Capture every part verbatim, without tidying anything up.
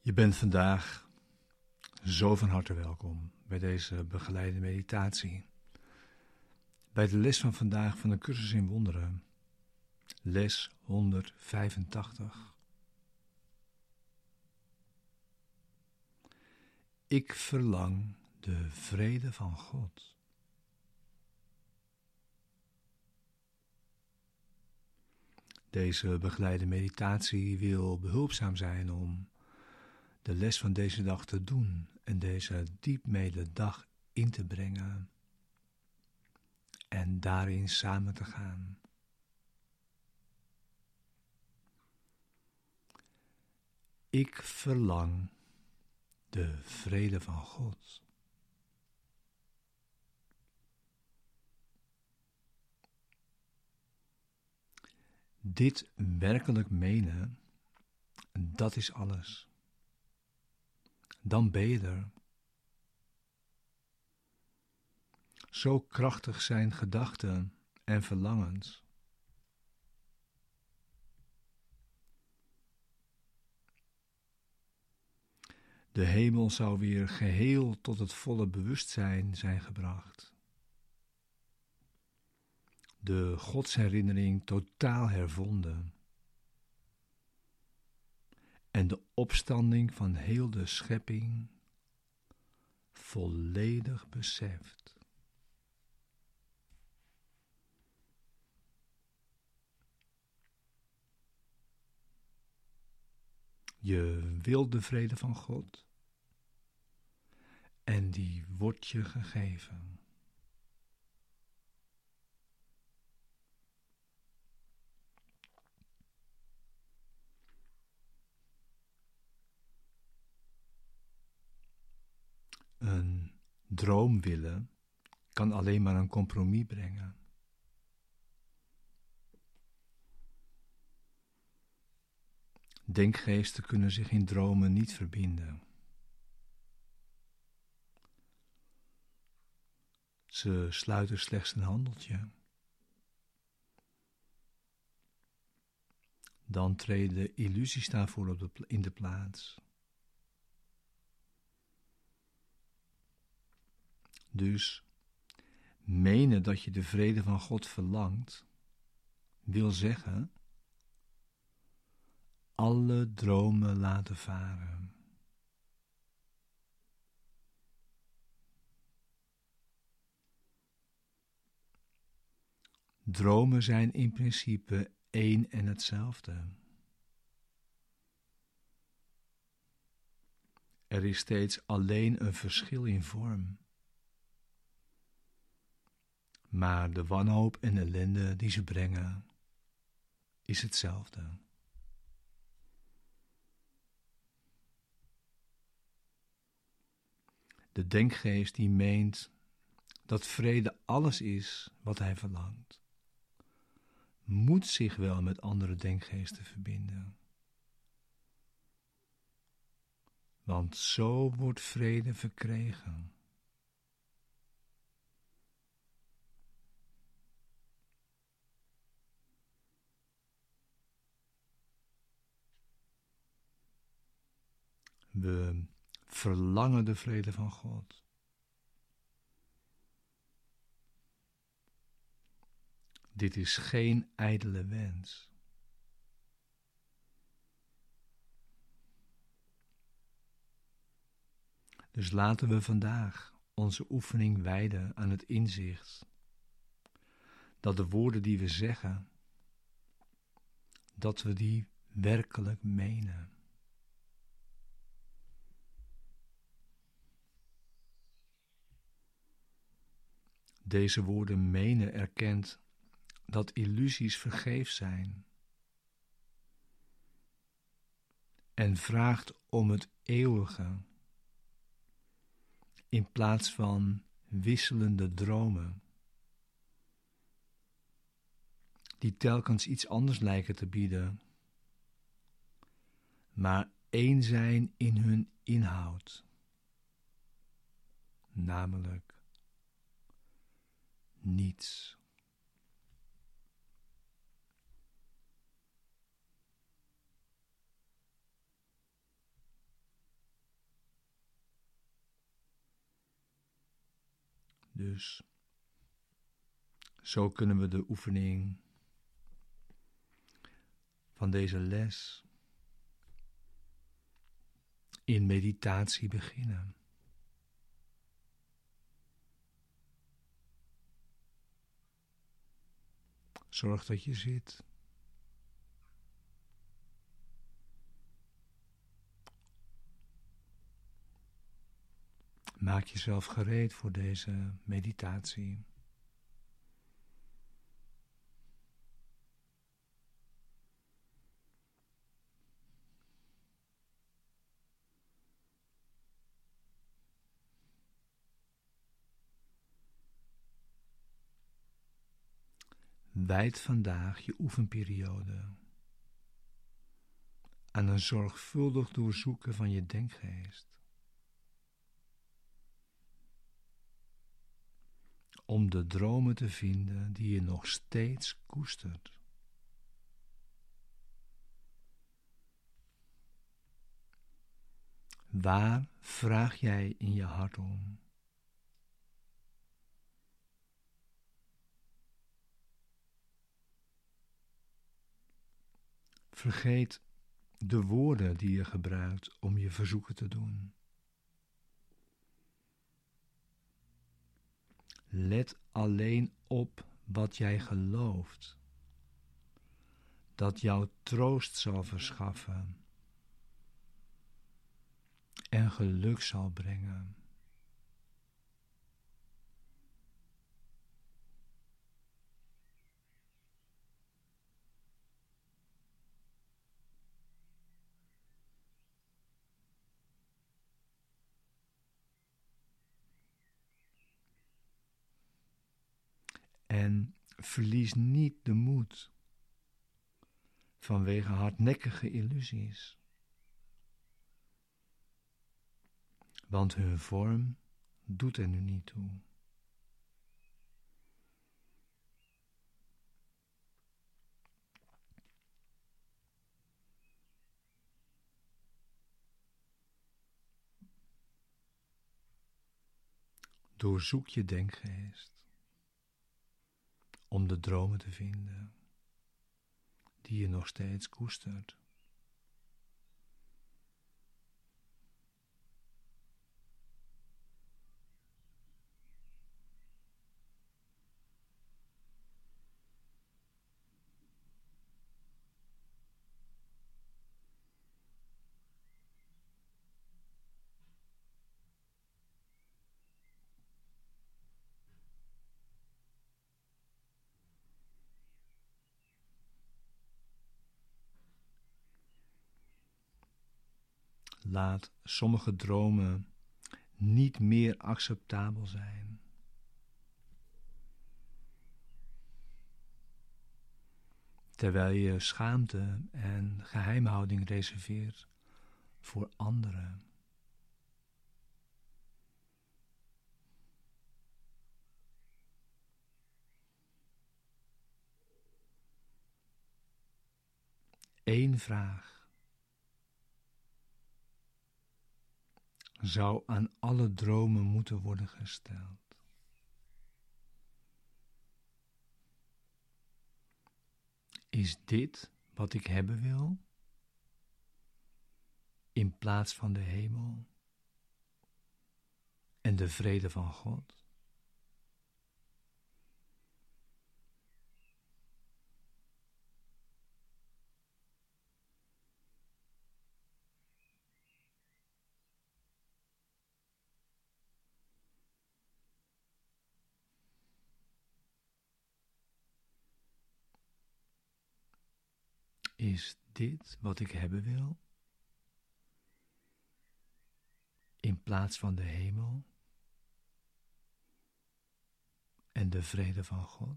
Je bent vandaag zo van harte welkom bij deze begeleide meditatie. Bij de les van vandaag van de cursus in wonderen, les honderdvijfentachtig. Ik verlang de vrede van God. Deze begeleide meditatie wil behulpzaam zijn om de les van deze dag te doen en deze diepmede dag in te brengen en daarin samen te gaan. Ik verlang de vrede van God. Dit werkelijk menen, dat is alles. Dan ben je er. Zo krachtig zijn gedachten en verlangens. De hemel zou weer geheel tot het volle bewustzijn zijn gebracht. De godsherinnering totaal hervonden. En de opstanding van heel de schepping volledig beseft. Je wilt de vrede van God en die wordt je gegeven. Een droom willen kan alleen maar een compromis brengen. Denkgeesten kunnen zich in dromen niet verbinden. Ze sluiten slechts een handeltje. Dan treden illusies daarvoor op de, in de plaats. Dus menen dat je de vrede van God verlangt, wil zeggen alle dromen laten varen. Dromen zijn in principe één en hetzelfde. Er is steeds alleen een verschil in vorm. Maar de wanhoop en ellende die ze brengen, is hetzelfde. De denkgeest die meent dat vrede alles is wat hij verlangt, moet zich wel met andere denkgeesten verbinden. Want zo wordt vrede verkregen. We verlangen de vrede van God. Dit is geen ijdele wens. Dus laten we vandaag onze oefening wijden aan het inzicht dat de woorden die we zeggen, dat we die werkelijk menen. Deze woorden menen erkent dat illusies vergeefs zijn en vraagt om het eeuwige in plaats van wisselende dromen die telkens iets anders lijken te bieden, maar één zijn in hun inhoud, namelijk niets. Dus zo kunnen we de oefening van deze les in meditatie beginnen. Zorg dat je zit. Maak jezelf gereed voor deze meditatie. Wijd vandaag je oefenperiode aan een zorgvuldig doorzoeken van je denkgeest. Om de dromen te vinden die je nog steeds koestert. Waar vraag jij in je hart om? Vergeet de woorden die je gebruikt om je verzoeken te doen. Let alleen op wat jij gelooft, dat jou troost zal verschaffen en geluk zal brengen. En verlies niet de moed vanwege hardnekkige illusies. Want hun vorm doet er nu niet toe. Doorzoek je denkgeest om de dromen te vinden die je nog steeds koestert. Laat sommige dromen niet meer acceptabel zijn. Terwijl je schaamte en geheimhouding reserveert voor anderen. Eén vraag zou aan alle dromen moeten worden gesteld. Is dit wat ik hebben wil? In plaats van de hemel en de vrede van God? Is dit wat ik hebben wil? In plaats van de hemel en de vrede van God?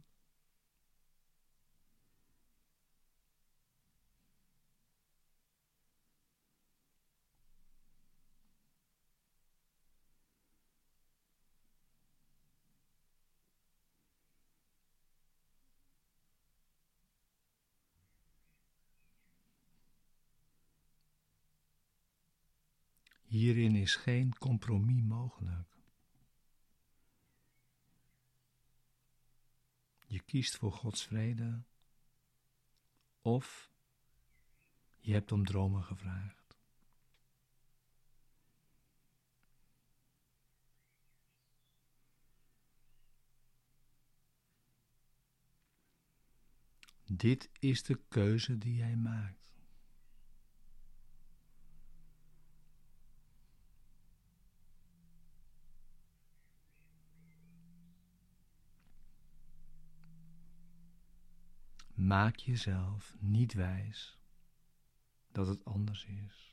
Hierin is geen compromis mogelijk. Je kiest voor Gods vrede of je hebt om dromen gevraagd. Dit is de keuze die jij maakt. Maak jezelf niet wijs dat het anders is.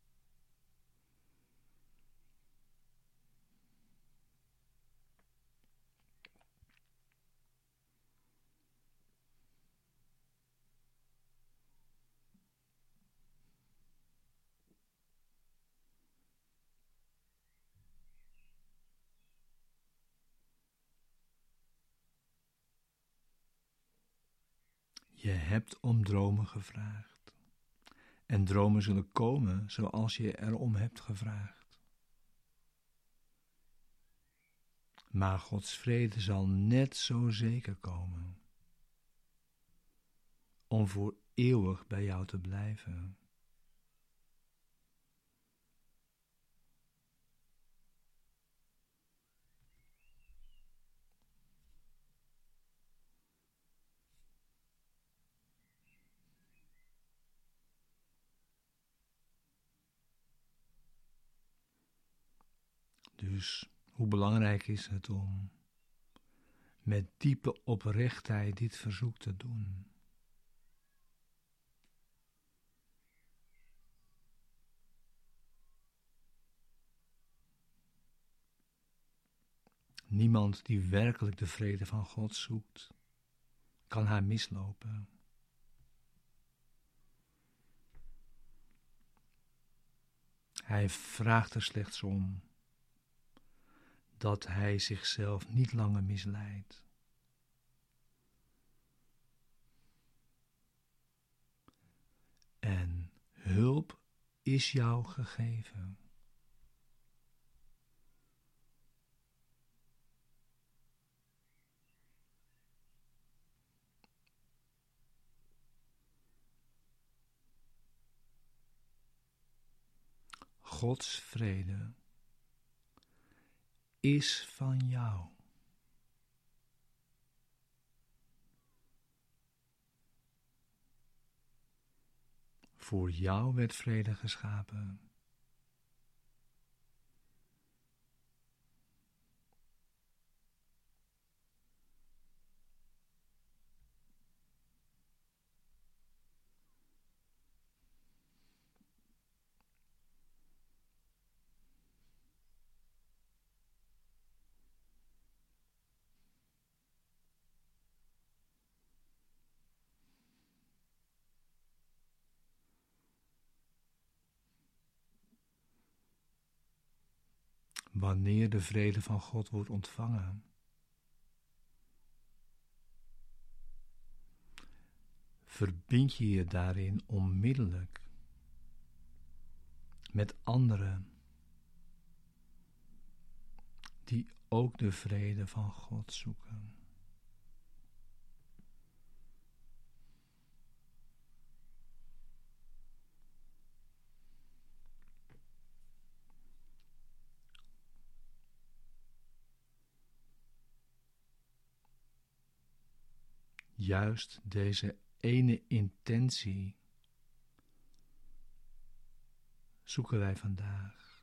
Je hebt om dromen gevraagd. En dromen zullen komen zoals je erom hebt gevraagd. Maar Gods vrede zal net zo zeker komen. Om voor eeuwig bij jou te blijven. Dus hoe belangrijk is het om met diepe oprechtheid dit verzoek te doen? Niemand die werkelijk de vrede van God zoekt, kan haar mislopen. Hij vraagt er slechts om dat hij zichzelf niet langer misleidt. En hulp is jou gegeven. Gods vrede is van jou. Voor jou werd vrede geschapen. Wanneer de vrede van God wordt ontvangen, verbind je je daarin onmiddellijk met anderen die ook de vrede van God zoeken. Juist deze ene intentie zoeken wij vandaag.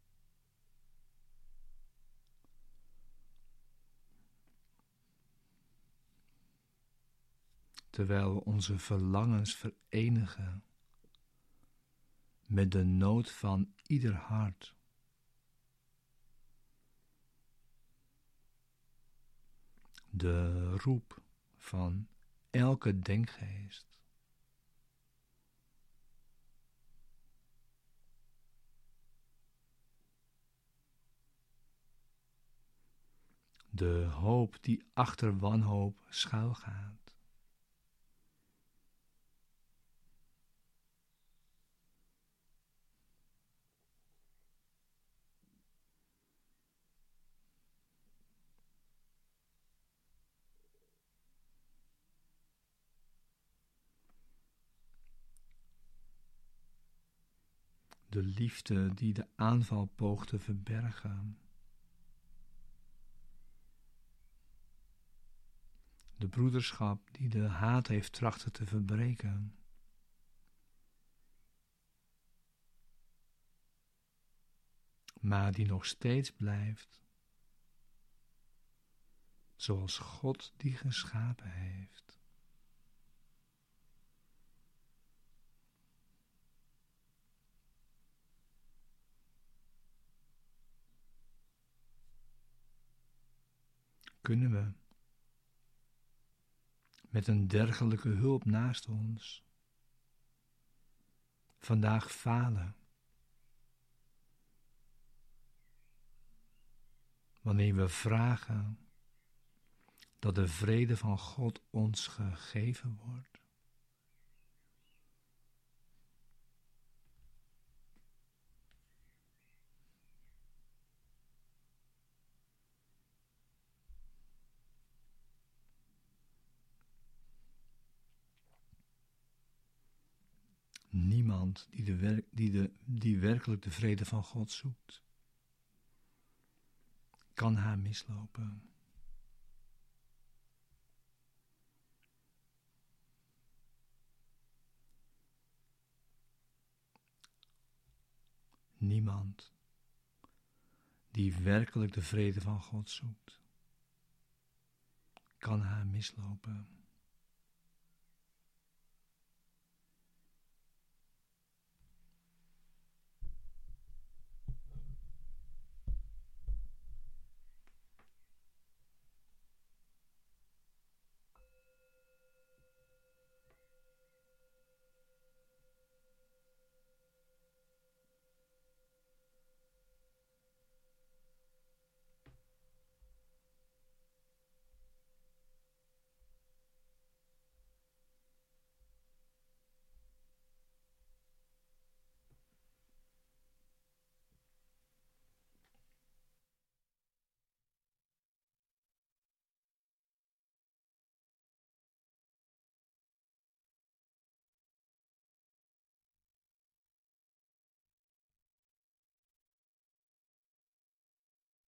Terwijl we onze verlangens verenigen met de nood van ieder hart. De roep van elke denkgeest. De hoop die achter wanhoop schuilgaat. De liefde die de aanval poogt te verbergen. De broederschap die de haat heeft trachten te verbreken. Maar die nog steeds blijft zoals God die geschapen heeft. Kunnen we met een dergelijke hulp naast ons vandaag falen? Wanneer we vragen dat de vrede van God ons gegeven wordt. Niemand die, de wer- die, de, die werkelijk de vrede van God zoekt, kan haar mislopen. Niemand die werkelijk de vrede van God zoekt, kan haar mislopen.